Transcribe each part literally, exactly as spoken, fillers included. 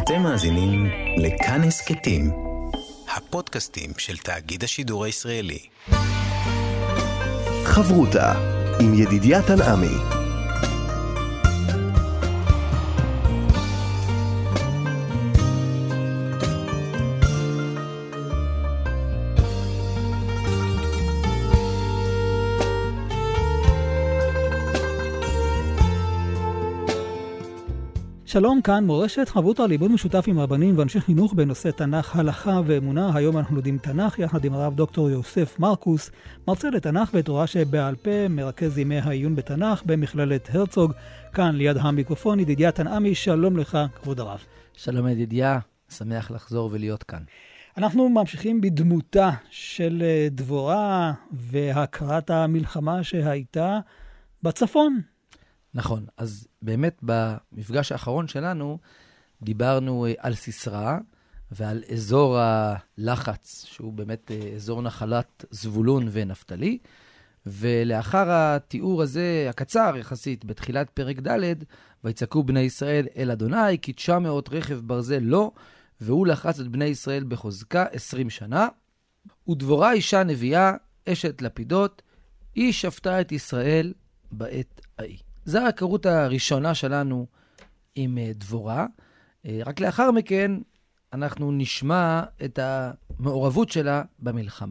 אתם מאזינים לכאן הסכתים, הפודקאסטים של תאגיד השידור הישראלי. חברותה עם ידידיה תנעמי. שלום, כאן מורשת, חברותה לימוד משותף עם רבנים ואנשי חינוך בנושא תנ"ך, הלכה ואמונה. היום אנחנו לומדים תנ"ך יחד עם הרב דוקטור יוסף מרקוס, מרצה לתנ"ך ותורה שבעל פה, מרכז ימי העיון בתנ"ך במכללת הרצוג. כאן ליד המיקרופון ידידיה תנעמי, שלום לך כבוד הרב. שלום ידידיה, שמח לחזור ולהיות כאן. אנחנו ממשיכים בדמותה של דבורה והכרת המלחמה שהייתה בצפון. נכון, אז באמת במפגש האחרון שלנו דיברנו על סיסרא ועל אזור הלחץ, שהוא באמת אזור נחלת זבולון ונפתלי, ולאחר התיאור הזה הקצר יחסית בתחילת פרק ד' ויצעקו בני ישראל אל אדוני, כי תשע מאות רכב ברזל לו, והוא לחץ את בני ישראל בחוזקה עשרים שנה, ודבורה אישה נביאה, אשת לפידות, היא שפטה את ישראל בעת ההיא. זו ההיכרות הראשונה שלנו עם דבורה. רק לאחר מכן אנחנו נשמע את המעורבות שלה במלחמה.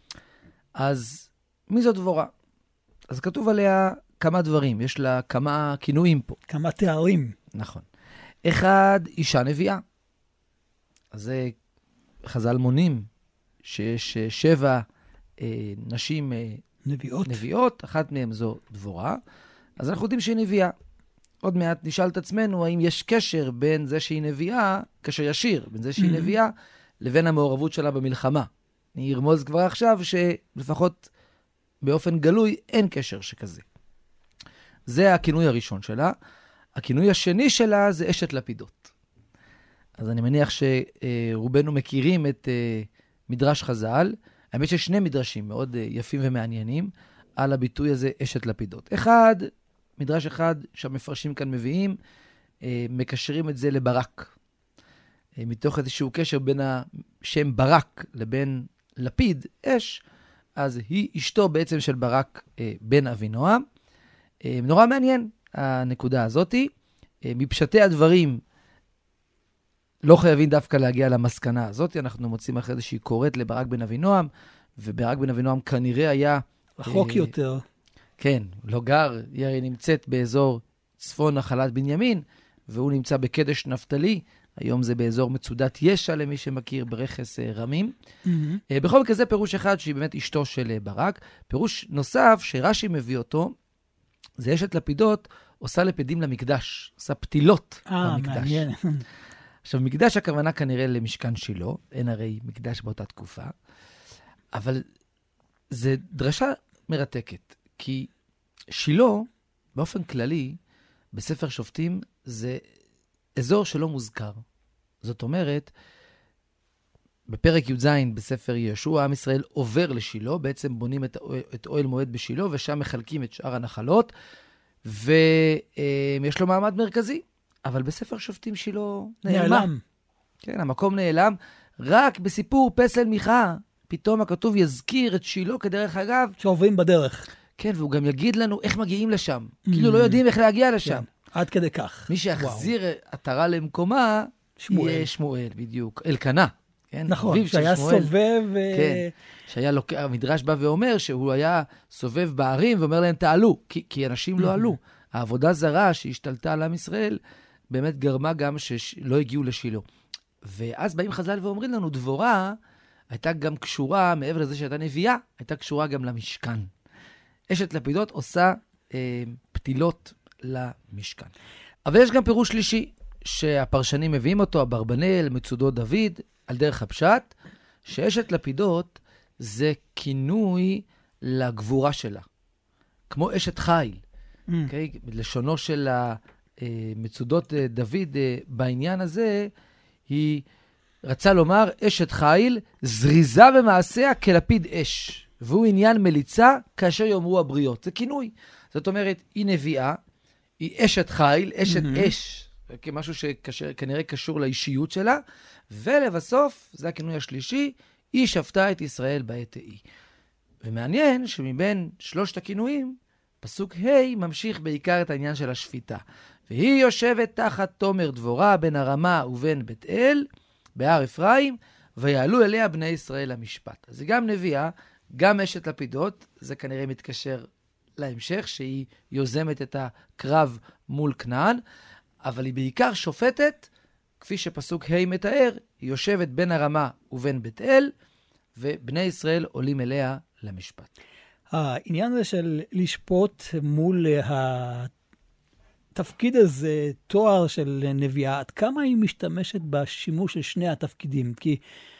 אז מי זו דבורה? אז כתוב עליה כמה דברים, יש לה כמה כינויים פה. כמה תארים. נכון. אחד, אישה נביאה. אז זה חז"ל מונים שיש שבע אה, נשים אה, נביאות. נביאות, אחת מהן זו דבורה. אז אנחנו יודעים שהיא נביאה. עוד מעט נשאל את עצמנו האם יש קשר בין זה שהיא נביאה, קשר ישיר, בין זה שהיא mm-hmm. נביאה, לבין המעורבות שלה במלחמה. אני ארמוז כבר עכשיו שלפחות באופן גלוי אין קשר שכזה. זה הכינוי הראשון שלה. הכינוי השני שלה זה אשת לפידות. אז אני מניח שרובנו מכירים את מדרש חז"ל. האמת שיש שני מדרשים מאוד יפים ומעניינים על הביטוי הזה אשת לפידות. אחד, מדרש אחד שהמפרשים כאן מביאים, מקשרים את זה לברק. מתוך איזשהו קשר בין השם ברק לבין לפיד, אש, אז היא אשתו בעצם של ברק בן אבינועם. נורא מעניין הנקודה הזאת. מפשטי הדברים לא חייבים דווקא להגיע למסקנה הזאת. אנחנו מוצאים אחרי זה שהיא קוראת לברק בן אבינועם, וברק בן אבינועם כנראה היה רחוק יותר. כן, לא גר, היא הרי נמצאת באזור צפון נחלת בנימין, והוא נמצא בקדש נפתלי, היום זה באזור מצודת ישע למי שמכיר, ברכס רמים. Mm-hmm. בכל מקרה זה פירוש אחד שהיא באמת אשתו של ברק. פירוש נוסף שרש"י מביא אותו, זה אשת לפידות עושה לפידים למקדש, עושה פתילות 아, במקדש. מעניין. עכשיו, מקדש הכוונה כנראה למשכן שילה, אין הרי מקדש באותה תקופה, אבל זה דרשה מרתקת, כי שילה, באופן כללי, בספר שופטים, זה אזור שלא מוזכר. זאת אומרת, בפרק י"ז בספר יהושע, עם ישראל עובר לשילה, בעצם בונים את, את אוהל מועד בשילה, ושם מחלקים את שאר הנחלות, ויש לו מעמד מרכזי. אבל בספר שופטים שילה נעלם. נעלם. כן, המקום נעלם. רק בסיפור פסל מיכה, פתאום הכתוב יזכיר את שילה כדרך אגב. שעוברים בדרך. כן, והוא גם יגיד לנו איך מגיעים לשם. כאילו לא יודעים איך להגיע לשם. עד כדי כך. מי שיחזיר עטרה למקומה, יהיה שמואל, בדיוק. אלקנה. נכון, שהיה סובב. כן, שהיה לוקח, המדרש בא ואומר שהוא היה סובב בערים ואומר להם תעלו, כי אנשים לא עלו. העבודה זרה שהשתלטה על עם ישראל, באמת גרמה גם שלא הגיעו לשילה. ואז באים חז"ל ואומרים לנו, דבורה הייתה גם קשורה, מעבר לזה שהייתה נביאה, הייתה קשורה גם למשכן. אשת לפידות עושה אה, פתילות למשכן. אבל יש גם פירוש שלישי, שהפרשנים מביאים אותו, אברבנאל, מצודות דוד, על דרך הפשט, שאשת לפידות זה כינוי לגבורה שלה. כמו אשת חיל. Mm. Okay? לשונו של מצודות דוד בעניין הזה, היא רצה לומר, אשת חיל, זריזה במעשיה כלפיד אש. והוא עניין מליצה כאשר יאמרו הבריות. זה כינוי. זאת אומרת, היא נביאה, היא אשת חיל, אשת mm-hmm. אש. כמשהו שכנראה קשור לאישיות שלה, ולבסוף, זה הכינוי השלישי, היא שפטה את ישראל בעת ההיא. ומעניין שמבין שלושת הכינויים, פסוק ה' ממשיך בעיקר את העניין של השפיטה. והיא יושבת תחת תומר דבורה בין הרמה ובין בית אל, בהר אפרים, ויעלו אליה בני ישראל למשפט. אז זה גם נביאה, גם אשת לפידות, זה כנראה מתקשר להמשך, שהיא יוזמת את הקרב מול כנען, אבל היא בעיקר שופטת, כפי שפסוק ה' מתאר, היא יושבת בין הרמה ובין בית אל, ובני ישראל עולים אליה למשפט. העניין הזה של לשפוט מול התפקיד הזה, תואר של נביאה, עד כמה היא משתמשת בשימוש של שני התפקידים? כי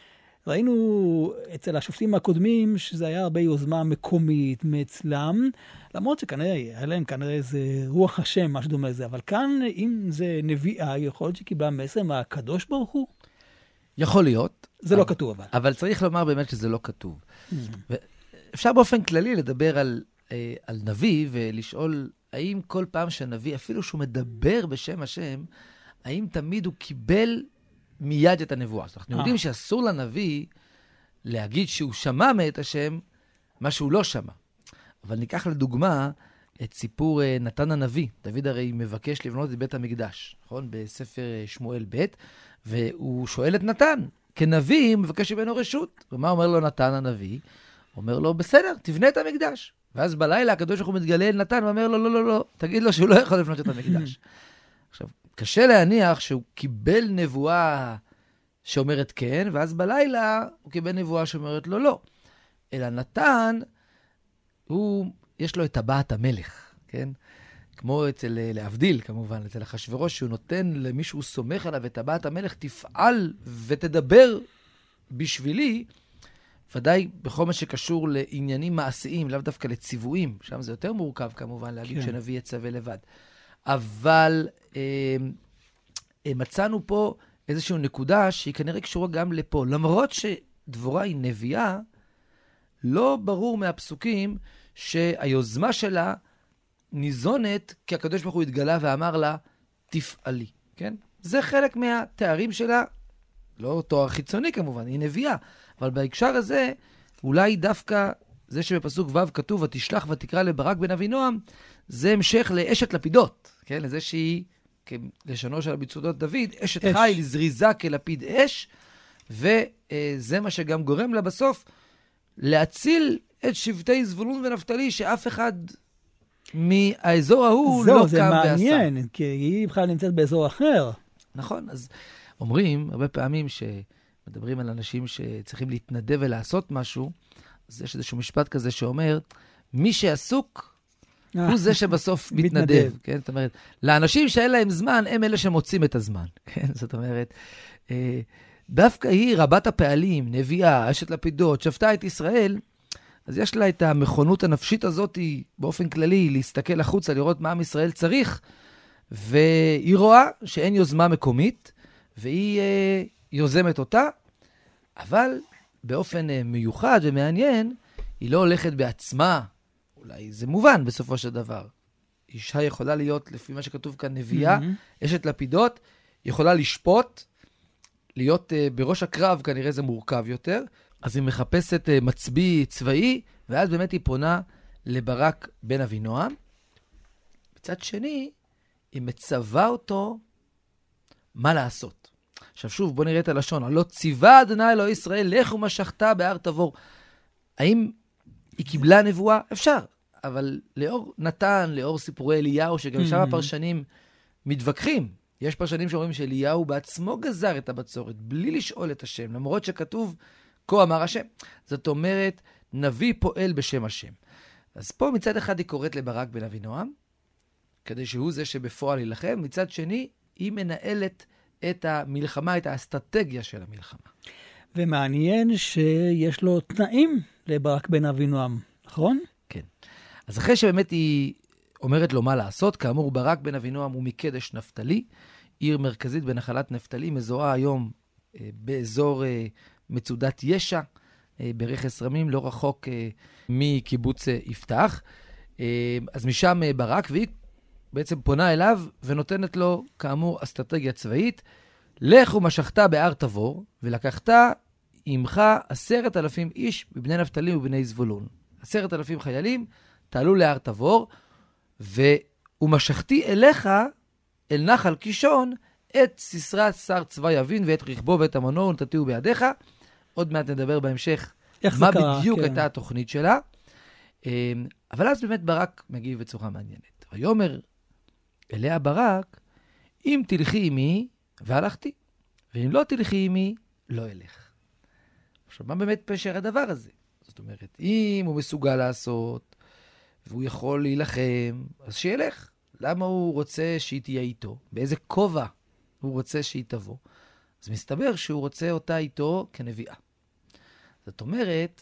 ראינו אצל השופטים הקודמים שזה היה הרבה יוזמה מקומית מאצלם, למרות שכנראה, היה להם כנראה איזה רוח השם, משהו דומה לזה, אבל כאן, אם זה נביאה, יכול להיות שקיבלה מסר מהקדוש ברוך הוא? יכול להיות. זה אבל, לא כתוב אבל. אבל צריך לומר באמת שזה לא כתוב. אפשר באופן כללי לדבר על, אה, על נביא ולשאול האם כל פעם שהנביא, אפילו שהוא מדבר בשם השם, האם תמיד הוא קיבל מיד את הנבואה. אנחנו יודעים שאסור לנביא להגיד שהוא שמע מאת השם מה שהוא לא שמע. אבל ניקח לדוגמה את סיפור נתן הנביא. דוד הרי מבקש לבנות את בית המקדש, נכון? בספר שמואל ב', והוא שואל את נתן, כנביא מבקש ממנו רשות. ומה אומר לו נתן הנביא? אומר לו, בסדר, תבנה את המקדש. ואז בלילה הקדוש ברוך הוא מתגלה אל נתן ואומר לו, לא, לא, לא, תגיד לו שהוא לא יכול לבנות את המקדש. עכשיו, קשה להניח שהוא קיבל נבואה שאומרת כן, ואז בלילה הוא קיבל נבואה שאומרת לו לא. אלא נתן, הוא, יש לו את טבעת המלך, כן? כמו אצל, להבדיל כמובן, אצל אחשוורוש, שהוא נותן למישהו סומך עליו את טבעת המלך, תפעל ותדבר בשבילי, ודאי בכל מה שקשור לעניינים מעשיים, לאו דווקא לציוויים, שם זה יותר מורכב כמובן, להגיד כן. שנביא יצווה לבד. אבל אה, אה, מצאנו פה איזושהי נקודה שהיא כנראה קשורה גם לפה. למרות שדבורה היא נביאה, לא ברור מהפסוקים שהיוזמה שלה ניזונת כי הקדוש ברוך הוא התגלה ואמר לה, תפעלי. כן? זה חלק מהתארים שלה, לא תואר חיצוני כמובן, היא נביאה. אבל בהקשר הזה, אולי דווקא זה שבפסוק ו' כתוב, ותשלח ותקרא לברק בן אבינועם, זה המשך לאשת לפידות, כן? לזה שהיא, כלשונו של הביצודות דוד, אשת אש. חיל זריזה כלפיד אש, וזה מה שגם גורם לה בסוף, להציל את שבטי זבולון ונפתלי, שאף אחד מהאזור ההוא זו, לא זה קם ועשה. זה מעניין, כי היא בכלל נמצאת באזור אחר. נכון, אז אומרים הרבה פעמים שמדברים על אנשים שצריכים להתנדב ולעשות משהו, אז יש איזשהו משפט כזה שאומר, מי שעסוק הוא זה שבסוף מתנדב. כן? זאת אומרת, לאנשים שאין להם זמן, הם אלה שמוצאים את הזמן. כן? זאת אומרת, דווקא היא רבת הפעלים, נביאה, אשת לפידות, שפטה את ישראל, אז יש לה את המכונות הנפשית הזאת באופן כללי, להסתכל החוצה, לראות מה עם ישראל צריך, והיא רואה שאין יוזמה מקומית, והיא אה, יוזמת אותה, אבל באופן אה, מיוחד ומעניין, היא לא הולכת בעצמה, אולי זה מובן בסופו של דבר. אישה יכולה להיות, לפי מה שכתוב כאן, נביאה, mm-hmm. אשת לפידות, יכולה לשפוט, להיות uh, בראש הקרב, כנראה זה מורכב יותר, אז היא מחפשת uh, מצביא צבאי, ואז באמת היא פונה לברק בן אבינועם. בצד שני, היא מצווה אותו מה לעשות. עכשיו שוב, בוא נראה את הלשון. הלא ציווה אדוני אלוהי ישראל, לך ומשכת בהר תבור. האם היא קיבלה נבואה? אפשר. אבל לאור נתן, לאור סיפורי אליהו, שגם שם הפרשנים מתווכחים, יש פרשנים שאומרים שאליהו בעצמו גזר את הבצורת, בלי לשאול את השם, למרות שכתוב, כה אמר השם. זאת אומרת, נביא פועל בשם השם. אז פה מצד אחד היא קוראת לברק בן אבינועם, כדי שהוא זה שבפועל ילחם, מצד שני, היא מנהלת את המלחמה, את האסטרטגיה של המלחמה. ומעניין שיש לו תנאים לברק בן אבינועם, נכון? כן. אז אחרי שבאמת היא אומרת לו מה לעשות, כאמור, ברק בן אבינועם הוא מקדש נפתלי, עיר מרכזית בנחלת נפתלי, מזוהה היום אה, באזור אה, מצודת ישע, אה, ברכס רמים, לא רחוק אה, מקיבוץ אה, יפתח. אה, אז משם אה, ברק, והיא בעצם פונה אליו ונותנת לו, כאמור, אסטרטגיה צבאית, לך ומשכת בהר תבור, ולקחת עמך עשרת אלפים איש מבני נפתלי ובני זבולון. עשרת אלפים חיילים, תעלו להר תבור, ומשכתי אליך, אל נחל קישון, את סיסרא שר צבא יבין, ואת רכבו ואת המנור, נתתיהו בידיך. עוד מעט נדבר בהמשך מה קרה, בדיוק כן. הייתה התוכנית שלה. אבל אז באמת ברק מגיב בצורה מעניינת. ויאמר אליה ברק, אם תלכי עמי, והלכתי. ואם לא תלכי עמי, לא אלך. עכשיו, מה באמת פשר הדבר הזה? זאת אומרת, אם הוא מסוגל לעשות, והוא יכול להילחם, אז שילך. למה הוא רוצה שהיא תהיה איתו? באיזה כובע הוא רוצה שהיא תבוא? אז מסתבר שהוא רוצה אותה איתו כנביאה. זאת אומרת,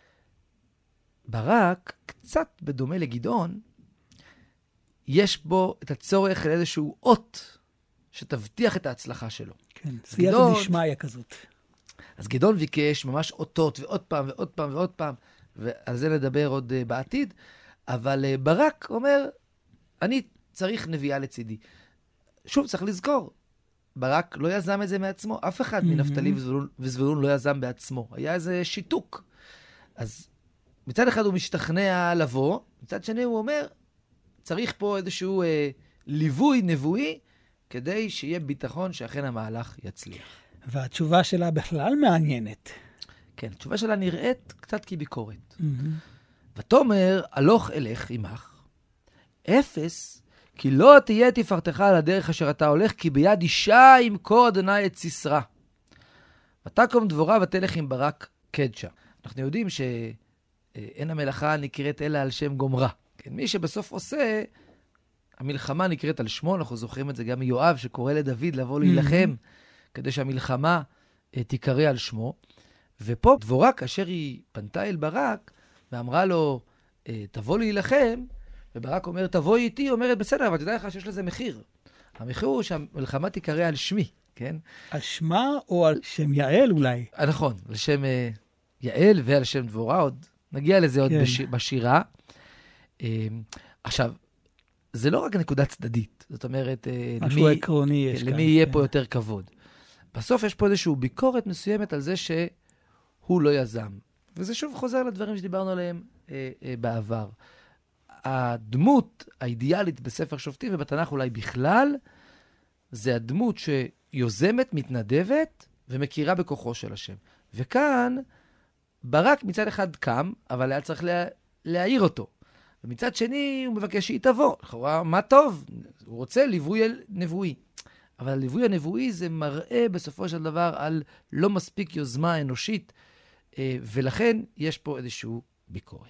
ברק, קצת בדומה לגדעון, יש בו את הצורך לאיזשהו אות שתבטיח את ההצלחה שלו. כן, סייעת נשמעיה כזאת. אז גדעון ביקש ממש אותות, ועוד פעם ועוד פעם ועוד פעם, ועל זה נדבר עוד uh, בעתיד, אבל uh, ברק אומר, אני צריך נביאה לצידי. שוב, צריך לזכור, ברק לא יזם את זה מעצמו, אף אחד mm-hmm. מנפתלי וזבולון, וזבולון לא יזם בעצמו. היה איזה שיתוק. אז מצד אחד הוא משתכנע לבוא, מצד שני הוא אומר, צריך פה איזשהו אה, ליווי נבואי, כדי שיהיה ביטחון שאכן המהלך יצליח. והתשובה שלה בכלל מעניינת. כן, התשובה שלה נראית קצת כביקורת. Mm-hmm. ותאמר, הלוך אלך עמך, אפס, כי לא תהיה תפארתך על הדרך אשר אתה הולך, כי ביד אישה ימכור אדוני את סיסרא. ותקום דבורה ותלך עם ברק קדשה. אנחנו יודעים שאין המלאכה נקראת אלא על שם גומרה. כן, מי שבסוף עושה, המלחמה נקראת על שמו, אנחנו זוכרים את זה גם מיואב, שקורא לדוד לבוא להילחם, mm-hmm. כדי שהמלחמה uh, תיקרא על שמו. ופה דבורה, כאשר היא פנתה אל ברק, ואמרה לו, uh, תבוא להילחם, וברק אומר, תבוא איתי, אומרת, בסדר, אבל תדע לך שיש לזה מחיר. המחיר הוא שהמלחמה תיקרא על שמי, כן? על שמה או על שם יעל אולי? נכון, על שם uh, יעל ועל שם דבורה, עוד נגיע לזה עוד כן. בש, בשירה. Uh, עכשיו, זה לא רק נקודה צדדית, זאת אומרת, משהו למי, עקרוני יש למי כאן. יהיה כן. פה יותר כבוד. בסוף יש פה איזושהי ביקורת מסוימת על זה שהוא לא יזם. וזה שוב חוזר לדברים שדיברנו עליהם אה, אה, בעבר. הדמות האידיאלית בספר שופטים ובתנ"ך אולי בכלל, זה הדמות שיוזמת, מתנדבת ומכירה בכוחו של השם. וכאן, ברק מצד אחד קם, אבל היה צריך לה, להעיר אותו. ומצד שני הוא מבקש שהיא תבוא. לכאורה, מה טוב? הוא רוצה ליווי נבואי. אבל הליווי הנבואי זה מראה בסופו של דבר על לא מספיק יוזמה אנושית, ולכן יש פה איזושהי ביקורת.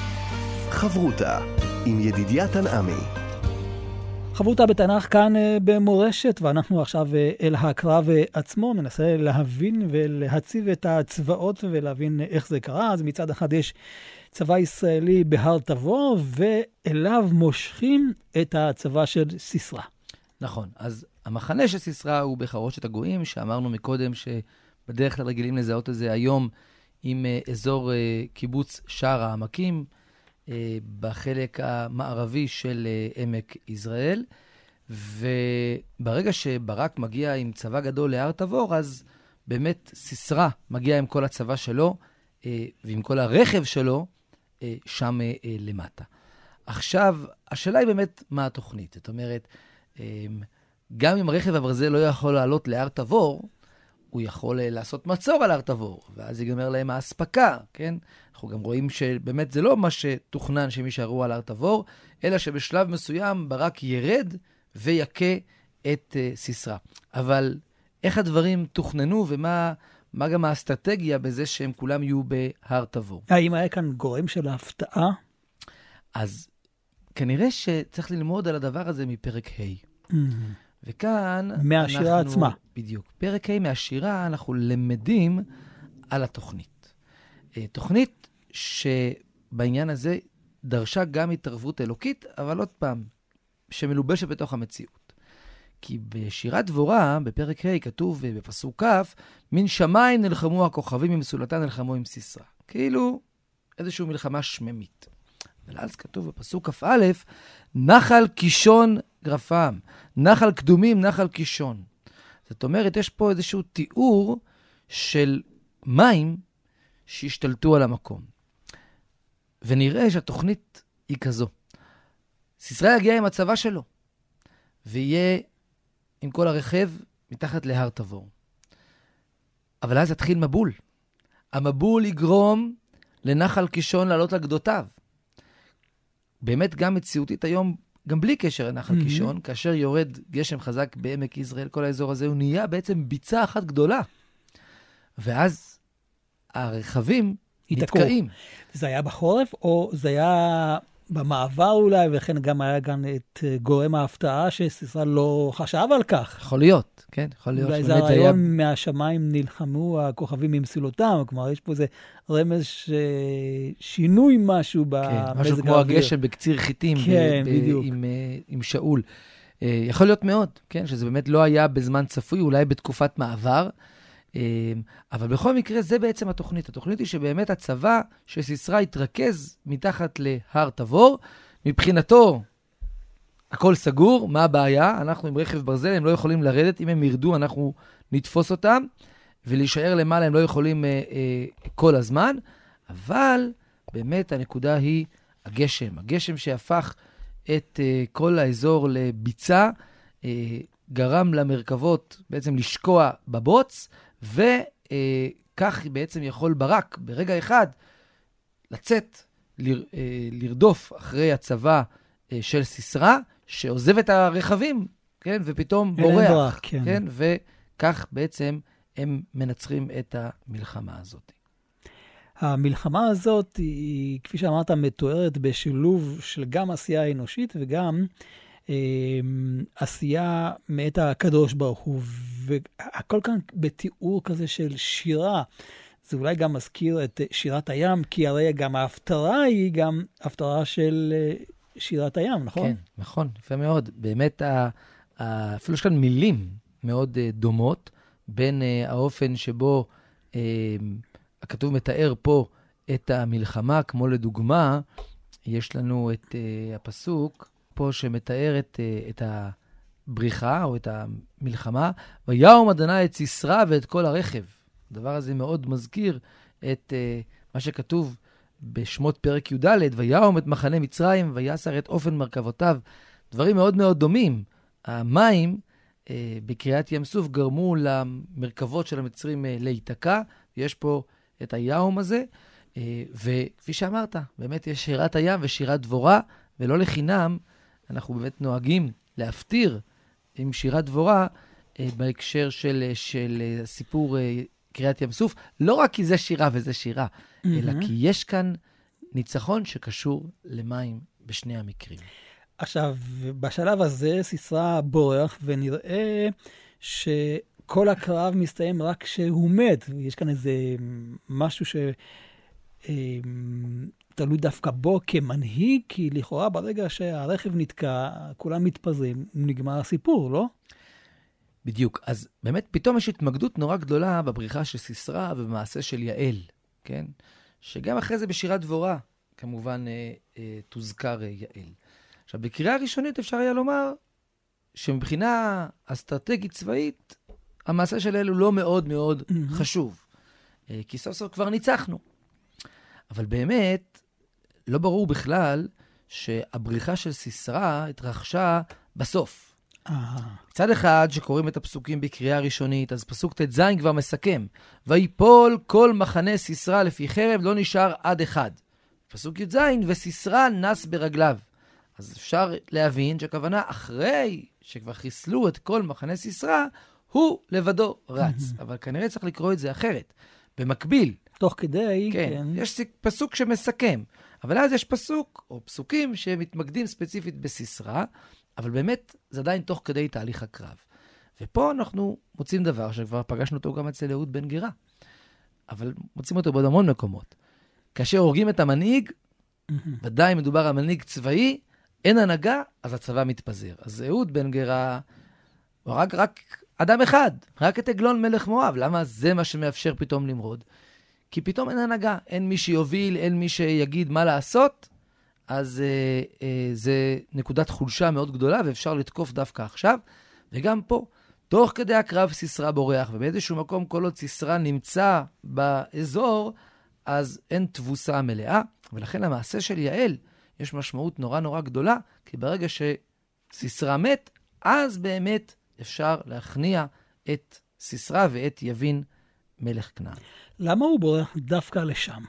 חברותה עם ידידיה תנעמי. חברותה בתנ"ך כאן במורשת, ואנחנו עכשיו אל הקרב עצמו, מנסה להבין ולהציב את הצבאות ולהבין איך זה קרה. אז מצד אחד יש צבא ישראלי בהר תבור, ואליו מושכים את הצבא של סיסרא. נכון, אז המחנה של סיסרא הוא בחרושת הגויים, שאמרנו מקודם שבדרך כלל רגילים לזהות את זה היום עם אזור קיבוץ שער העמקים, בחלק המערבי של עמק יזרעאל, וברגע שברק מגיע עם צבא גדול להר תבור, אז באמת סיסרא מגיע עם כל הצבא שלו, ועם כל הרכב שלו, שם למטה. עכשיו, השאלה היא באמת מה התוכנית. זאת אומרת, גם אם רכב הברזל לא יכול לעלות להר תבור, הוא יכול לעשות מצור על הר תבור, ואז ייגמר להם האספקה, כן? אנחנו גם רואים שבאמת זה לא מה שתוכנן שהם יישארו על הר תבור, אלא שבשלב מסוים ברק ירד ויקה את uh, סיסרא. אבל איך הדברים תוכננו ומה מה גם האסטרטגיה בזה שהם כולם יהיו בהר תבור? האם היה כאן גורם של ההפתעה? אז כנראה שצריך ללמוד על הדבר הזה מפרק ה'. Mm-hmm. וכאן מהשירה אנחנו, עצמה. בדיוק. פרק ה' מהשירה אנחנו למדים על התוכנית. תוכנית שבעניין הזה דרשה גם התערבות אלוקית, אבל עוד פעם, שמלובשת בתוך המציאות. כי בשירת דבורה, בפרק ה' כתוב בפסוק כ', מן שמיים נלחמו הכוכבים, ממסולתה נלחמו עם סיסרא. כאילו איזושהי מלחמה שממית. ואז כתוב בפסוק כ' א', נחל קישון גרפם, נחל קדומים, נחל קישון. זאת אומרת, יש פה איזשהו תיאור של מים שהשתלטו על המקום. ונראה שהתוכנית היא כזו. סיסרא יגיע עם הצבא שלו, ויהיה עם כל הרכב מתחת להר תבור. אבל אז יתחיל מבול. המבול יגרום לנחל קישון לעלות לגדותיו. באמת גם מציאותית היום, גם בלי קשר לנחל mm-hmm. קישון, כאשר יורד גשם חזק בעמק יזרעאל, כל האזור הזה, הוא נהיה בעצם ביצה אחת גדולה. ואז הרכבים נתקעים. זה היה בחורף, או זה היה במעבר אולי, וכן גם היה גם את גורם ההפתעה שסיסרא לא חשב על כך. יכול להיות, כן, יכול להיות. אולי זה הרעיון היה... מהשמיים נלחמו הכוכבים עם סילותם, כלומר יש פה איזה רמז ששינוי משהו במזג האוויר. כן, משהו כמו הגשם בקציר חיטים, כן, ב- בדיוק. ב- עם, עם שאול. יכול להיות מאוד, כן, שזה באמת לא היה בזמן צפוי, אולי בתקופת מעבר, אבל בכל מקרה זה בעצם התוכנית. התוכנית היא שבאמת הצבא של סיסרא יתרכז מתחת להר תבור. מבחינתו הכל סגור, מה הבעיה? אנחנו עם רכב ברזל, הם לא יכולים לרדת, אם הם ירדו אנחנו נתפוס אותם, ולהישאר למעלה הם לא יכולים אה, אה, כל הזמן, אבל באמת הנקודה היא הגשם. הגשם שהפך את אה, כל האזור לביצה, אה, גרם למרכבות בעצם לשקוע בבוץ, וכך בעצם יכול ברק ברגע אחד לצאת, ל, לרדוף אחרי הצבא של סיסרא, שעוזב את הרכבים, כן, ופתאום בורח, כן. כן, וכך בעצם הם מנצחים את המלחמה הזאת. המלחמה הזאת היא, כפי שאמרת, מתוארת בשילוב של גם עשייה אנושית וגם עשייה מאת הקדוש ברוך הוא, והכל כאן בתיאור כזה של שירה. זה אולי גם מזכיר את שירת הים, כי הרי גם ההפטרה היא גם הפטרה של שירת הים, נכון? כן, נכון, יפה מאוד. באמת, אפילו יש כאן מילים מאוד דומות, בין האופן שבו הכתוב מתאר פה את המלחמה, כמו לדוגמה, יש לנו את הפסוק, פה שמתאר את, את הבריחה או את המלחמה, ויעם אדוני את סיסרא ואת כל הרכב. הדבר הזה מאוד מזכיר את uh, מה שכתוב בשמות פרק י"ד, ויעם את מחנה מצרים ויסר את אופן מרכבותיו. דברים מאוד מאוד דומים. המים uh, בקריאת ים סוף גרמו למרכבות של המצרים uh, להיתקע, ויש פה את היעם הזה, uh, וכפי שאמרת, באמת יש שירת הים ושירת דבורה, ולא לחינם, אנחנו באמת נוהגים להפטיר עם שירת דבורה אה, בהקשר של, של אה, סיפור אה, קריאת ים סוף, לא רק כי זה שירה וזה שירה, mm-hmm. אלא כי יש כאן ניצחון שקשור למים בשני המקרים. עכשיו, בשלב הזה סיסרא בורח, ונראה שכל הקרב מסתיים רק כשהוא מת. יש כאן איזה משהו ש... אה, תלוי דווקא בו כמנהיג, כי לכאורה ברגע שהרכב נתקע, כולם מתפזרים, נגמר הסיפור, לא? בדיוק. אז באמת פתאום יש התמקדות נורא גדולה בבריחה של סיסרא ובמעשה של יעל, כן? שגם אחרי זה בשירת דבורה, כמובן, אה, אה, תוזכר אה, יעל. עכשיו, בקריאה ראשונית אפשר היה לומר שמבחינה אסטרטגית צבאית, המעשה של יעל הוא לא מאוד מאוד mm-hmm. חשוב. אה, כי סוף סוף כבר ניצחנו. אבל באמת, לא ברור בכלל שהבריחה של סיסרא התרחשה בסוף. מצד אחד, שקוראים את הפסוקים בקריאה ראשונית, אז פסוק ת' כבר מסכם. ויפול כל מחנה סיסרא לפי חרב, לא נשאר עד אחד. פסוק י' וסיסרא נס ברגליו. אז אפשר להבין שהכוונה אחרי שכבר חיסלו את כל מחנה סיסרא, הוא לבדו רץ. אבל כנראה צריך לקרוא את זה אחרת. במקביל, תוך כדי, כן, כן. יש פסוק שמסכם, אבל אז יש פסוק, או פסוקים שמתמקדים ספציפית בסיסרא, אבל באמת זה עדיין תוך כדי תהליך הקרב. ופה אנחנו מוצאים דבר שכבר פגשנו אותו גם אצל אהוד בן גרא, אבל מוצאים אותו בעוד המון מקומות. כאשר הורגים את המנהיג, ודאי מדובר על מנהיג צבאי, אין הנהגה, אז הצבא מתפזר. אז אהוד בן גרא, הוא הרג רק אדם אחד, רק את עגלון מלך מואב. למה זה מה שמאפשר פתאום למרוד? כי פתאום אין הנהגה, אין מי שיוביל, אין מי שיגיד מה לעשות, אז אה, אה, זה נקודת חולשה מאוד גדולה, ואפשר לתקוף דווקא עכשיו. וגם פה, תוך כדי הקרב סיסרא בורח, ובאיזשהו מקום כל עוד סיסרא נמצא באזור, אז אין תבוסה מלאה. ולכן המעשה של יעל, יש משמעות נורא נורא גדולה, כי ברגע שסיסרא מת, אז באמת אפשר להכניע את סיסרא ואת יבין מלך כנען. למה הוא בורח דווקא לשם?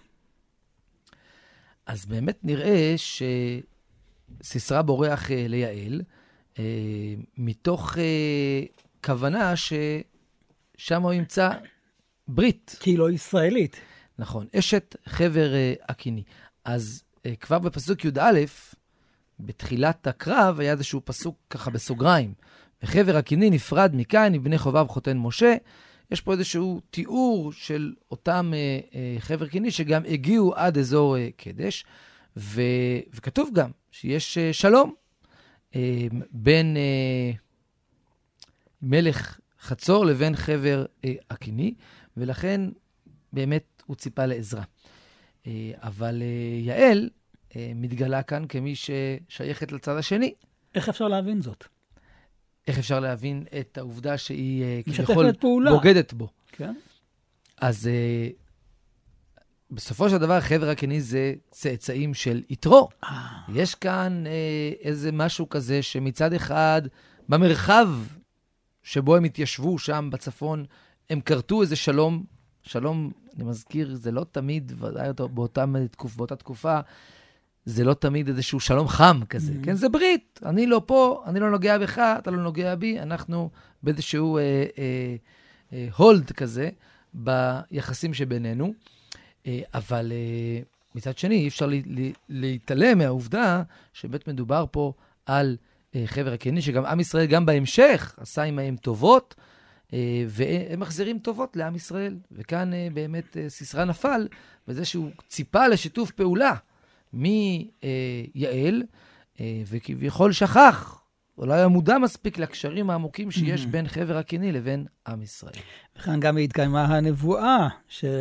אז באמת נראה שסיסרא בורח אה, ליעל, אה, מתוך אה, כוונה ששם הוא ימצא ברית. כי היא לא ישראלית. נכון, אשת חבר אה, אקיני. אז אה, כבר בפסוק י"א, בתחילת הקרב, היה איזשהו פסוק ככה בסוגריים. וחבר אקיני נפרד מכאן, מבני חובב חותן משה. יש פה איזשהו תיאור של אותם אה, אה, חבר אקיני שגם הגיעו עד אזור אה, קדש, ו, וכתוב גם שיש אה, שלום אה, בין אה, מלך חצור לבין חבר אה, אקיני, ולכן באמת הוא ציפה לעזרה. אה, אבל אה, יעל אה, מתגלה כאן כמי ששייכת לצד השני. איך אפשר להבין זאת? איך אפשר להבין את העובדה שהיא uh, כביכול בוגדת בו. כן. אז uh, בסופו של דבר, חבר אקיני זה צאצאים של יתרו. Ah. יש כאן uh, איזה משהו כזה שמצד אחד, במרחב שבו הם התיישבו שם בצפון, הם קרתו איזה שלום. שלום, אני מזכיר, זה לא תמיד, ודאי באותה, באותה תקופה, זה לא תמיד איזשהו שלום חם כזה, mm-hmm. כן? זה ברית. אני לא פה, אני לא נוגע בך, אתה לא נוגע בי, אנחנו באיזשהו אה, אה, אה, הולד כזה ביחסים שבינינו. אה, אבל אה, מצד שני, אי אפשר לי, לי, להתעלם מהעובדה שבאמת מדובר פה על אה, חבר אקיני, שגם עם ישראל גם בהמשך עשה עמהם טובות, אה, והם מחזירים טובות לעם ישראל. וכאן אה, באמת אה, סיסרא נפל, בזה שהוא ציפה לשיתוף פעולה. מיעל, וכביכול שכח, אולי היה מודע מספיק לקשרים העמוקים שיש בין חבר אקיני לבין עם ישראל. וכאן גם התקיימה הנבואה,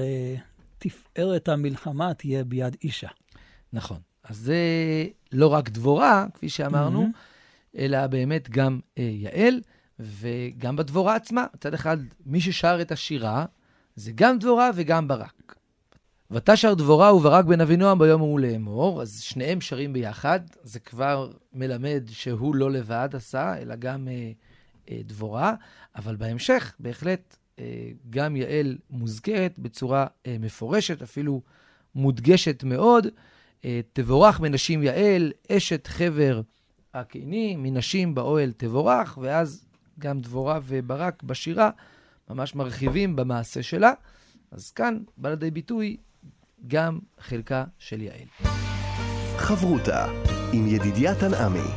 שתפארת המלחמה תהיה ביד אישה. נכון. אז זה לא רק דבורה, כפי שאמרנו, אלא באמת גם יעל, וגם בדבורה עצמה. מצד אחד, מי ששר את השירה, זה גם דבורה וגם ברק. ותשר דבורה וברק בן אבינועם ביום ההוא לאמור, אז שניהם שרים ביחד, זה כבר מלמד שהוא לא לבד עשה, אלא גם אה, אה, דבורה, אבל בהמשך בהחלט אה, גם יעל מוזכרת בצורה אה, מפורשת, אפילו מודגשת מאוד, אה, תבורך מנשים יעל, אשת חבר אקיני, מנשים באוהל תבורך, ואז גם דבורה וברק בשירה ממש מרחיבים במעשה שלה, אז כאן בא לידי ביטוי גם חלקה של יעל. חברותה עם ידידיה תנעמי.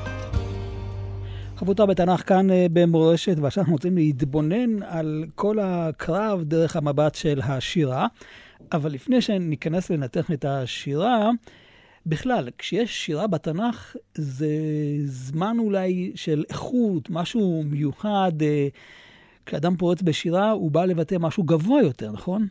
חברותה בתנ"ך כאן במורשת, ועכשיו אנחנו רוצים להתבונן על כל הקרב דרך המבט של השירה. אבל לפני שניכנס לנתח את השירה, בכלל, כשיש שירה בתנ"ך, זה זמן אולי של איכות, משהו מיוחד. כשאדם פורץ בשירה, הוא בא לבטא משהו גבוה יותר, נכון?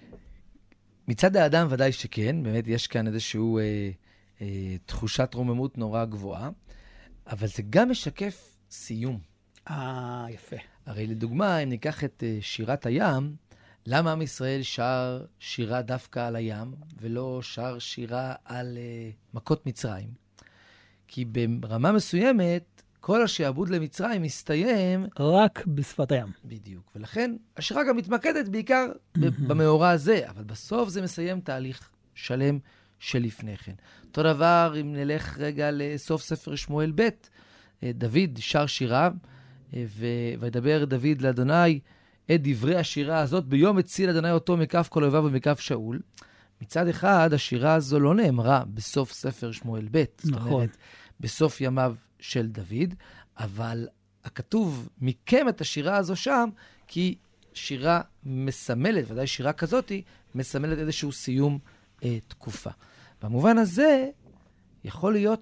מצד האדם ודאי שכן, באמת יש כאן איזשהו אה, אה, תחושת רוממות נורא גבוהה, אבל זה גם משקף סיום. אה, יפה. הרי לדוגמה, אם ניקח את אה, שירת הים, למה עם ישראל שר שירה דווקא על הים, ולא שר שירה על אה, מכות מצרים? כי ברמה מסוימת, כל השעבוד למצרים מסתיים רק בשפת הים. בדיוק. ולכן השירה גם מתמקדת בעיקר במאורע הזה, אבל בסוף זה מסיים תהליך שלם שלפני כן. אותו דבר אם נלך רגע לסוף ספר שמואל ב', דוד שר שירה, וידבר דוד לאדוני את דברי השירה הזאת, ביום הציל אדוני אותו מכף כל אויביו ומכף שאול. מצד אחד, השירה הזו לא נאמרה בסוף ספר שמואל ב', זאת אומרת, בסוף ימיו של דוד, אבל הכתוב מיקם את השירה הזו שם, כי שירה מסמלת, ודאי שירה כזאת, מסמלת איזשהו סיום אה, תקופה. במובן הזה, יכול להיות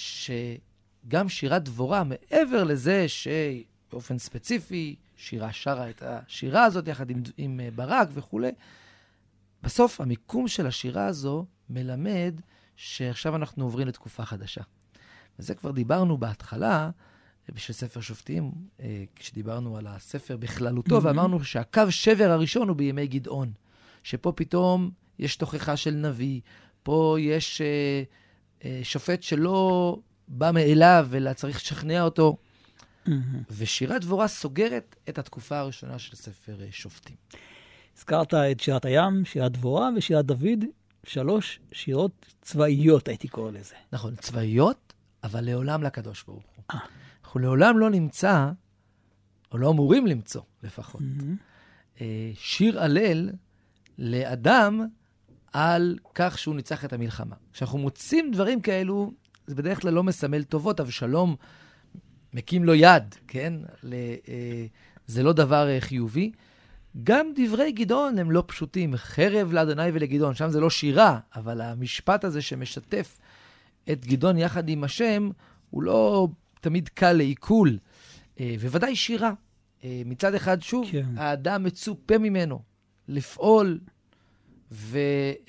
שגם שירת דבורה, מעבר לזה שבאופן ספציפי, שירה שרה את השירה הזאת יחד עם, עם ברק וכו', בסוף המיקום של השירה הזו מלמד שעכשיו אנחנו עוברים לתקופה חדשה. וזה כבר דיברנו בהתחלה, בשביל ספר שופטים, כשדיברנו על הספר בכללותו, ואמרנו שהקו שבר הראשון הוא בימי גדעון, שפה פתאום יש תוכחה של נביא, פה יש אה, אה, שופט שלא בא מאליו, אלא צריך לשכנע אותו. Mm-hmm. ושירת דבורה סוגרת את התקופה הראשונה של ספר אה, שופטים. הזכרת את שירת הים, שירת דבורה ושירת דוד, שלוש שירות צבאיות, הייתי קורא לזה. נכון, צבאיות, אבל לעולם לקדוש ברוך הוא. אה. אנחנו לעולם לא נמצא, או לא אמורים למצוא לפחות, mm-hmm. אה, שיר הלל לאדם, על כך שהוא ניצח את המלחמה. כשאנחנו מוצאים דברים כאלו, זה בדרך כלל לא מסמל טובות, אבשלום מקים לו יד, כן? זה לא דבר חיובי. גם דברי גדעון הם לא פשוטים. חרב לאדוני ולגדעון, שם זה לא שירה, אבל המשפט הזה שמשתף את גדעון יחד עם השם, הוא לא תמיד קל לעיכול, וודאי שירה. מצד אחד, שוב, כן. האדם מצופה ממנו לפעול, ו,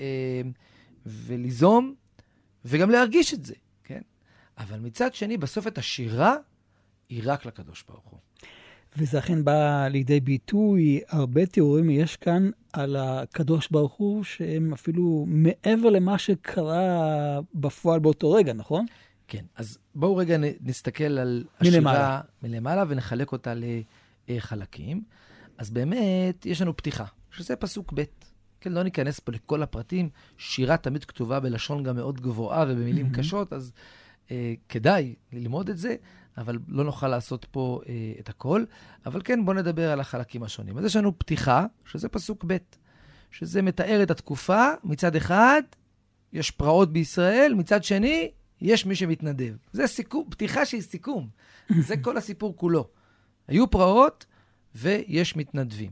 וליזום, וגם להרגיש את זה, כן? אבל מצד שני, בסוף את השירה, היא רק לקדוש ברוך הוא. וזה אכן בא לידי ביטוי, הרבה תיאורים יש כאן על הקדוש ברוך הוא, שהם אפילו מעבר למה שקרה בפועל באותו רגע, נכון? כן, אז בואו רגע נסתכל על השירה מלמעלה, מלמעלה ונחלק אותה לחלקים. אז באמת, יש לנו פתיחה, שזה פסוק ב'. כן, לא ניכנס פה לכל הפרטים, שירה תמיד כתובה בלשון גם מאוד גבוהה ובמילים mm-hmm. קשות, אז אה, כדאי ללמוד את זה, אבל לא נוכל לעשות פה אה, את הכל. אבל כן, בואו נדבר על החלקים השונים. אז יש לנו פתיחה, שזה פסוק ב', שזה מתאר את התקופה. מצד אחד, יש פרעות בישראל, מצד שני, יש מי שמתנדב. זה סיכום, פתיחה שהיא סיכום. זה כל הסיפור כולו. היו פרעות ויש מתנדבים.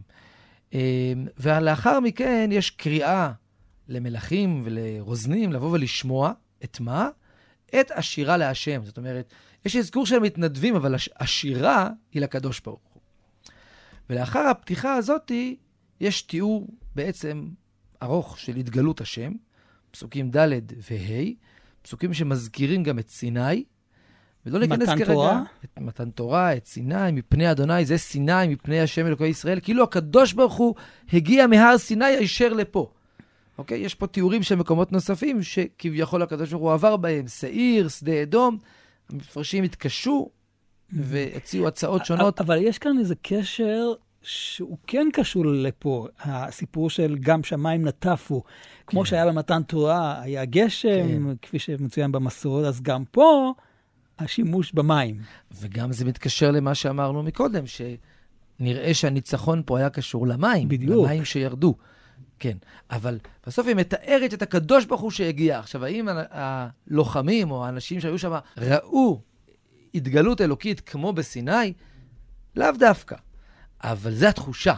ולאחר מכן יש קריאה למלכים ולרוזנים לבוא ולשמוע את מה? את השירה להשם. זאת אומרת, יש אזכור של מתנדבים, אבל השירה היא לקדוש ברוך הוא. ולאחר הפתיחה הזאת יש תיאור בעצם ארוך של התגלות השם, פסוקים ד' וה', פסוקים שמזכירים גם את סיני, ולא להיכנס כרגע תורה? את מתן תורה, את סיני, מפני אדוני, זה סיני, מפני השם אלוקי ישראל, כאילו הקדוש ברוך הוא הגיע מהר סיני הישר לפה. אוקיי? יש פה תיאורים של מקומות נוספים, שכביכול הקדוש ברוך הוא עבר בהם, שעיר, שדה אדום, המפרשים התקשו, והציעו הצעות שונות. אבל יש כאן איזה קשר שהוא כן קשור לפה, הסיפור של גם שמיים נטפו, כמו כן. שהיה במתן תורה, היה גשם, כן. כפי שמצוין במסורת, אז גם פה השימוש במים. וגם זה מתקשר למה שאמרנו מקודם, שנראה שהניצחון פה היה קשור למים, בדיוק. למים שירדו. כן, אבל בסוף היא מתארת את הקדוש ברוך הוא שהגיע. עכשיו, האם הלוחמים או האנשים שהיו שם ראו התגלות אלוקית כמו בסיני? לאו דווקא. אבל זה התחושה.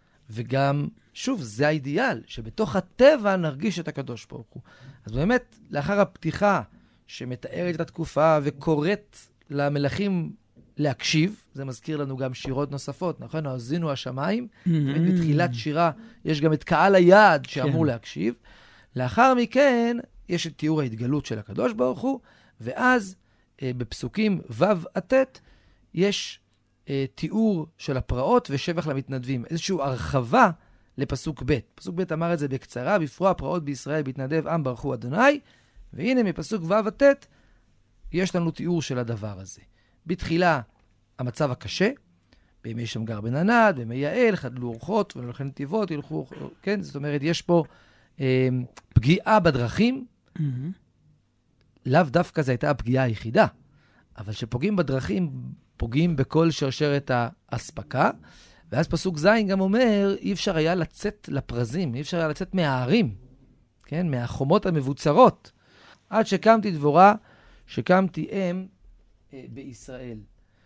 וגם, שוב, זה האידיאל, שבתוך הטבע נרגיש את הקדוש ברוך הוא. אז באמת, לאחר הפתיחה שמתארת את התקופה וקוראת למלכים להקשיב, זה מזכיר לנו גם שירות נוספות, נכון? האזינו השמיים, ובתחילת שירה יש גם את קהל היעד שאמור להקשיב. לאחר מכן, יש את תיאור ההתגלות של הקדוש ברוך הוא, ואז בפסוקים ו' עד ט' יש תיאור של הפרעות ושבח למתנדבים, איזושהי הרחבה לפסוק ב'. פסוק ב' אמר את זה בקצרה, בפרוע הפרעות בישראל בהתנדב עם ברכו אדוני, והנה מפסוק ו' עד ט' יש לנו תיאור של הדבר הזה. בתחילה המצב הקשה, בימי שמגר בן ענד, בימי יעל, חדלו אורחות ולכן נתיבות, ילכו, כן? זאת אומרת, יש פה אה, פגיעה בדרכים, mm-hmm. לאו דווקא זו הייתה הפגיעה היחידה, אבל שפוגעים בדרכים, פוגעים בכל שרשרת האספקה, ואז פסוק זין גם אומר, אי אפשר היה לצאת לפרזים, אי אפשר היה לצאת מהערים, כן? מהחומות המבוצרות, עד שקמתי דבורה, שקמתי אם אה, בישראל.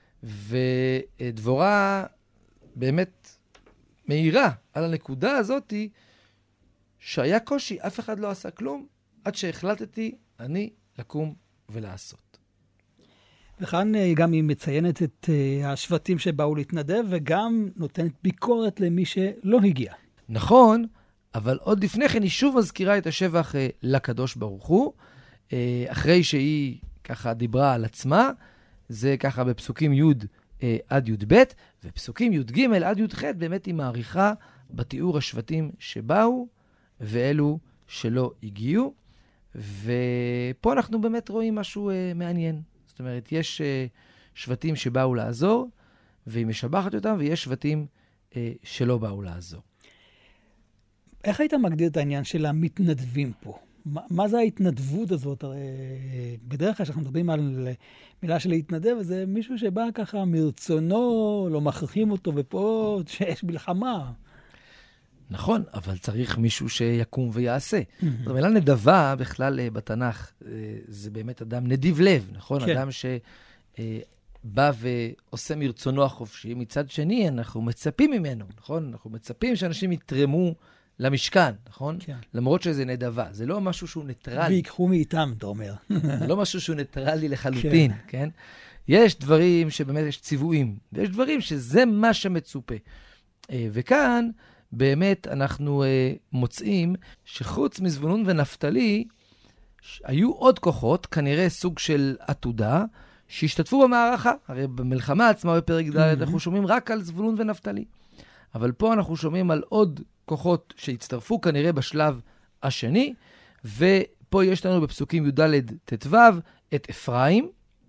ודבורה באמת מהירה על הנקודה הזאת, שהיה קושי, אף אחד לא עשה כלום, עד שהחלטתי אני לקום ולעשות. וכאן גם היא מציינת את השבטים שבאו להתנדב, וגם נותנת ביקורת למי שלא הגיע. נכון, אבל עוד לפני כן היא שוב מזכירה את השבח לקדוש ברוך הוא, אחרי שהיא ככה דיברה על עצמה, זה ככה בפסוקים י' עד י' ב', ופסוקים י' ג' עד י' ח', באמת היא מעריכה בתיאור השבטים שבאו, ואלו שלא הגיעו, ופה אנחנו באמת רואים משהו מעניין. זאת אומרת, יש שבטים שבאו לעזור, והיא משבחת אותם, ויש שבטים שלא באו לעזור. איך היית מגדיר את העניין של המתנדבים פה? מה, מה זה ההתנדבות הזאת? הרי בדרך כלל שאנחנו מדברים על מילה של להתנדב, זה מישהו שבא ככה מרצונו, לא מכריחים אותו, ופה שיש מלחמה. נכון, אבל צריך מישהו שיקום ויעשה. זאת אומרת, נדבה בכלל בתנ"ך, זה באמת אדם נדיב לב, נכון? כן. אדם שבא ועושה מרצונו החופשי. מצד שני, אנחנו מצפים ממנו, נכון? אנחנו מצפים שאנשים יתרמו למשכן, נכון? כן. למרות שזה נדבה. זה לא משהו שהוא ניטרלי. ויקחו מאיתם, אתה אומר. זה לא משהו שהוא ניטרלי לחלוטין, כן. כן? יש דברים שבאמת יש ציוויים, ויש דברים שזה מה שמצופה. וכאן, באמת אנחנו מוצאים שחוץ מזבולון ונפתלי, היו עוד כוחות, כנראה סוג של עתודה, שהשתתפו במערכה. הרי במלחמה עצמה בפרק ד' אנחנו שומעים רק על זבולון ונפתלי. אבל פה אנחנו שומעים על עוד כוחות שהצטרפו כנראה בשלב השני, ופה יש לנו בפסוקים י' ט"ו את אפרים,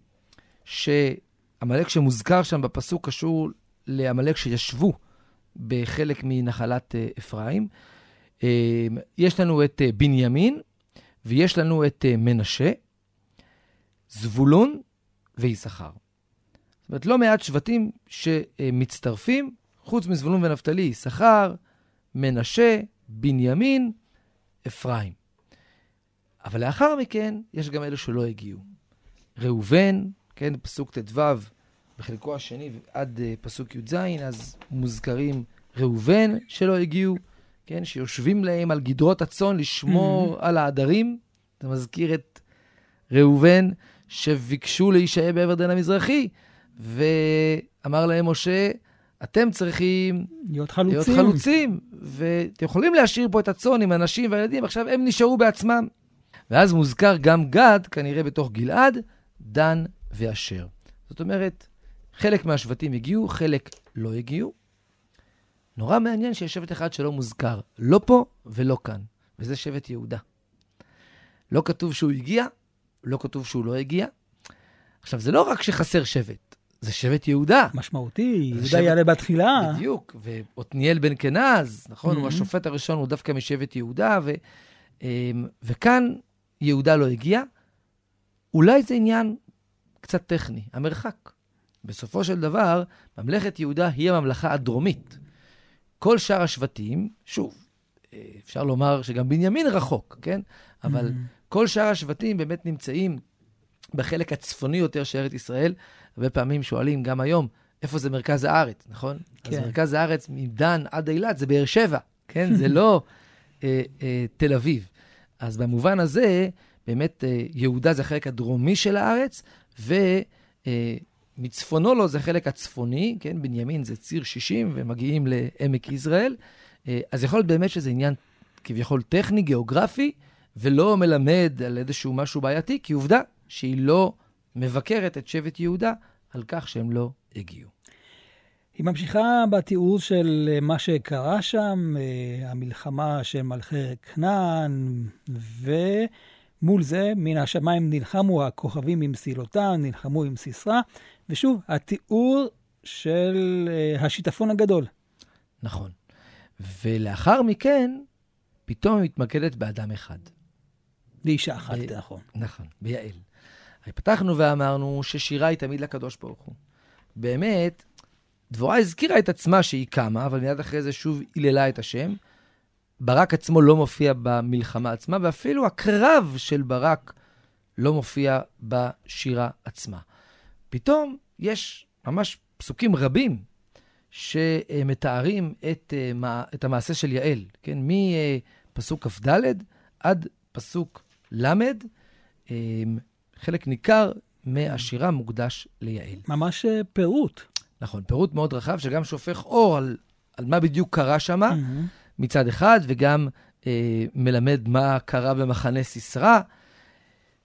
שהמלאק שמוזכר שם בפסוק קשור למלאק שישבו בחלק מנחלת אפרים. יש לנו את בנימין, ויש לנו את מנשה, זבולון ויששכר. זאת אומרת, לא מעט שבטים שמצטרפים, חוץ מזבולון ונפתלי, יששכר, מנשה, בנימין, אפרים. אבל לאחר מכן, יש גם אלו שלא הגיעו. ראובן, כן, פסוק ט"ו, בחלקו השני עד פסוק י"ז, אז מוזכרים ראובן שלא הגיעו, כן, שיושבים להם על גדרות הצאן לשמור על העדרים. אתה מזכיר את ראובן שביקשו להישאר בעבר דן המזרחי, ואמר להם משה, אתם צריכים להיות חלוצים. להיות חלוצים, ואתם יכולים להשאיר פה את הצאן עם אנשים והילדים, עכשיו הם נשארו בעצמם. ואז מוזכר גם גד, כנראה בתוך גלעד, דן ואשר. זאת אומרת, חלק מהשבטים הגיעו, חלק לא הגיעו. נורא מעניין שיש שבט אחד שלא מוזכר, לא פה ולא כאן, וזה שבט יהודה. לא כתוב שהוא הגיע, לא כתוב שהוא לא הגיע. עכשיו, זה לא רק שחסר שבט, זה שבט יהודה. משמעותי, יהודה שבט... יעלה בתחילה. בדיוק, ועתניאל בן כנז, נכון, mm-hmm. הוא השופט הראשון, הוא דווקא משבט יהודה, ו... וכאן יהודה לא הגיע. אולי זה עניין קצת טכני, המרחק. בסופו של דבר, ממלכת יהודה היא הממלכה הדרומית. כל שאר השבטים, שוב, אפשר לומר שגם בנימין רחוק, כן? אבל mm-hmm. כל שאר השבטים באמת נמצאים בחלק הצפוני יותר של ארץ ישראל. הרבה פעמים שואלים גם היום, איפה זה מרכז הארץ, נכון? כן. אז מרכז הארץ מדן עד אילת זה באר שבע, כן? זה לא אה, אה, תל אביב. אז במובן הזה, באמת אה, יהודה זה החלק הדרומי של הארץ, ומצפונו לו זה החלק הצפוני, כן? בנימין זה ציר שישים, ומגיעים לעמק יזרעאל. אה, אז יכול להיות באמת שזה עניין כביכול טכני, גיאוגרפי, ולא מלמד על איזשהו משהו בעייתי, כי עובדה שהיא לא מבקרת את שבט יהודה על כך שהם לא הגיעו. היא ממשיכה בתיאור של מה שקרה שם, המלחמה של מלכי כנען, ומול זה מן השמיים נלחמו הכוכבים עם סילותם, נלחמו עם סיסרא, ושוב, התיאור של השיטפון הגדול. נכון. ולאחר מכן, פתאום היא מתמקדת באדם אחד. לאישה אחת, ב... נכון. נכון, ביעל. פתחנו ואמרנו ששירה היא תמיד לקדוש ברוך הוא. באמת, דבורה הזכירה את עצמה שהיא קמה, אבל מיד אחרי זה שוב היללה את השם. ברק עצמו לא מופיע במלחמה עצמה, ואפילו הקרב של ברק לא מופיע בשירה עצמה. פתאום יש ממש פסוקים רבים שמתארים את, את המעשה של יעל, כן? מפסוק כ"ד עד פסוק למד, חלק ניכר מהשירה מוקדש ליעל. ממש פירוט. נכון, פירוט מאוד רחב, שגם שופך אור על, על מה בדיוק קרה שם, mm-hmm. מצד אחד, וגם אה, מלמד מה קרה במחנה סיסרא.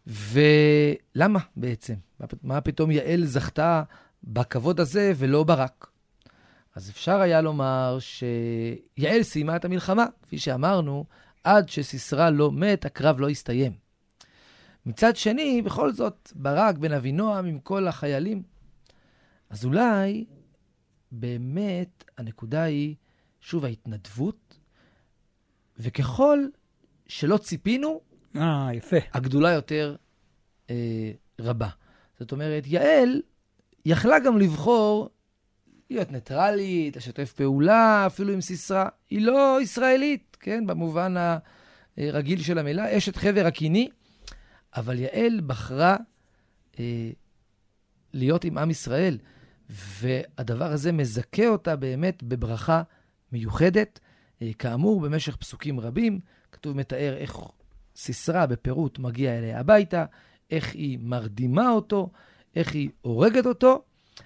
ולמה בעצם? מה פתאום יעל זכתה בכבוד הזה ולא ברק? אז אפשר היה לומר שיעל סיימה את המלחמה, כפי שאמרנו, עד שסיסרא לא מת, הקרב לא הסתיים. מצד שני, בכל זאת, ברק בן אבינועם עם כל החיילים. אז אולי באמת הנקודה היא, שוב, ההתנדבות, וככל שלא ציפינו, אה, יפה. הגדולה יותר אה, רבה. זאת אומרת, יעל יכלה גם לבחור להיות ניטרלית, לשתף פעולה, אפילו עם סיסרא. היא לא ישראלית, כן? במובן הרגיל של המילה, אשת חבר הקיני, אבל יעל בחרה אה, להיות עם עם ישראל, והדבר הזה מזכה אותה באמת בברכה מיוחדת. אה, כאמור, במשך פסוקים רבים, כתוב מתאר איך סיסרא בפירוט מגיע אליה הביתה, איך היא מרדימה אותו, איך היא הורגת אותו,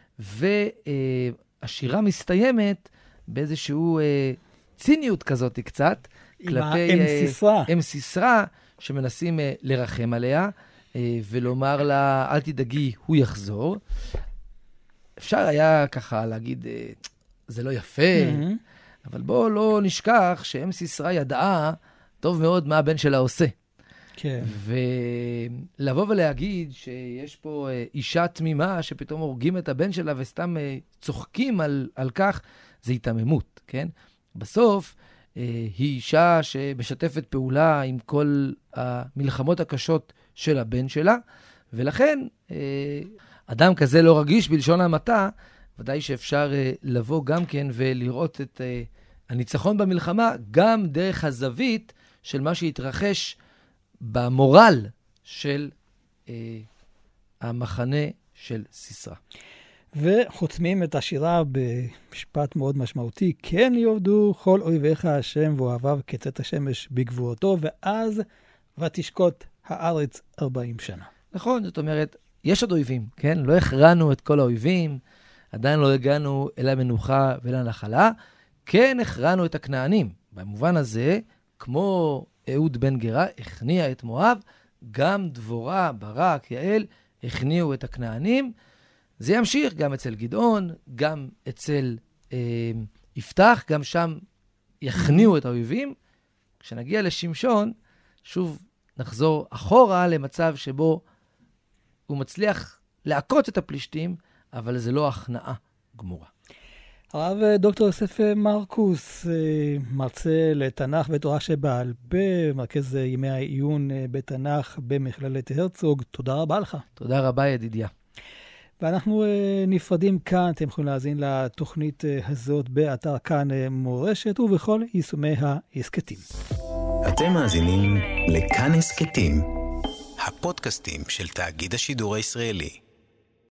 והשירה מסתיימת באיזשהו אה, ציניות כזאת קצת, כלפי אם סיסרא. אם סיסרא, שמנסים אה, לרחם עליה, אה, ולומר לה, אל תדאגי, הוא יחזור. אפשר היה ככה להגיד, אה, זה לא יפה, mm-hmm. אבל בואו לא נשכח שאם סיסרא ידעה טוב מאוד מה הבן שלה עושה. כן. ולבוא ולהגיד שיש פה אישה תמימה שפתאום הורגים את הבן שלה וסתם צוחקים על, על כך, זה התעממות, כן? בסוף היא אישה שמשתפת פעולה עם כל המלחמות הקשות של הבן שלה, ולכן אדם כזה לא רגיש בלשון המעטה, ודאי שאפשר לבוא גם כן ולראות את הניצחון במלחמה, גם דרך הזווית של מה שהתרחש במורל של אה, המחנה של סיסרא. וחותמים את השירה במשפט מאוד משמעותי, כן יעבדו כל אויביך השם ואוהביו כצאת השמש בגבורתו, ואז ותשקוט הארץ ארבעים שנה. נכון, זאת אומרת, יש עוד אויבים, כן? לא הכרענו את כל האויבים, עדיין לא הגענו אל המנוחה ואל הנחלה, כן הכרענו את הכנענים. במובן הזה, כמו אהוד בן גרה הכניע את מואב, גם דבורה, ברק, יעל, הכניעו את הכנענים. זה ימשיך גם אצל גדעון, גם אצל אה, יפתח, גם שם יכניעו את האויבים. כשנגיע לשמשון, שוב נחזור אחורה למצב שבו הוא מצליח להכות את הפלישתים, אבל זה לא הכנעה גמורה. הרב דוקטור יוסף מרקוס, מרצה לתנ"ך ותורה שבעל פה, מרכז ימי העיון בתנ"ך במכללת הרצוג, תודה רבה לך. תודה רבה ידידיה. ואנחנו נפרדים כאן, אתם יכולים להאזין לתוכנית הזאת באתר כאן מורשת ובכל יישומי העסקתים. אתם מאזינים לכאן עסקתים, הפודקאסטים של תאגיד השידור הישראלי.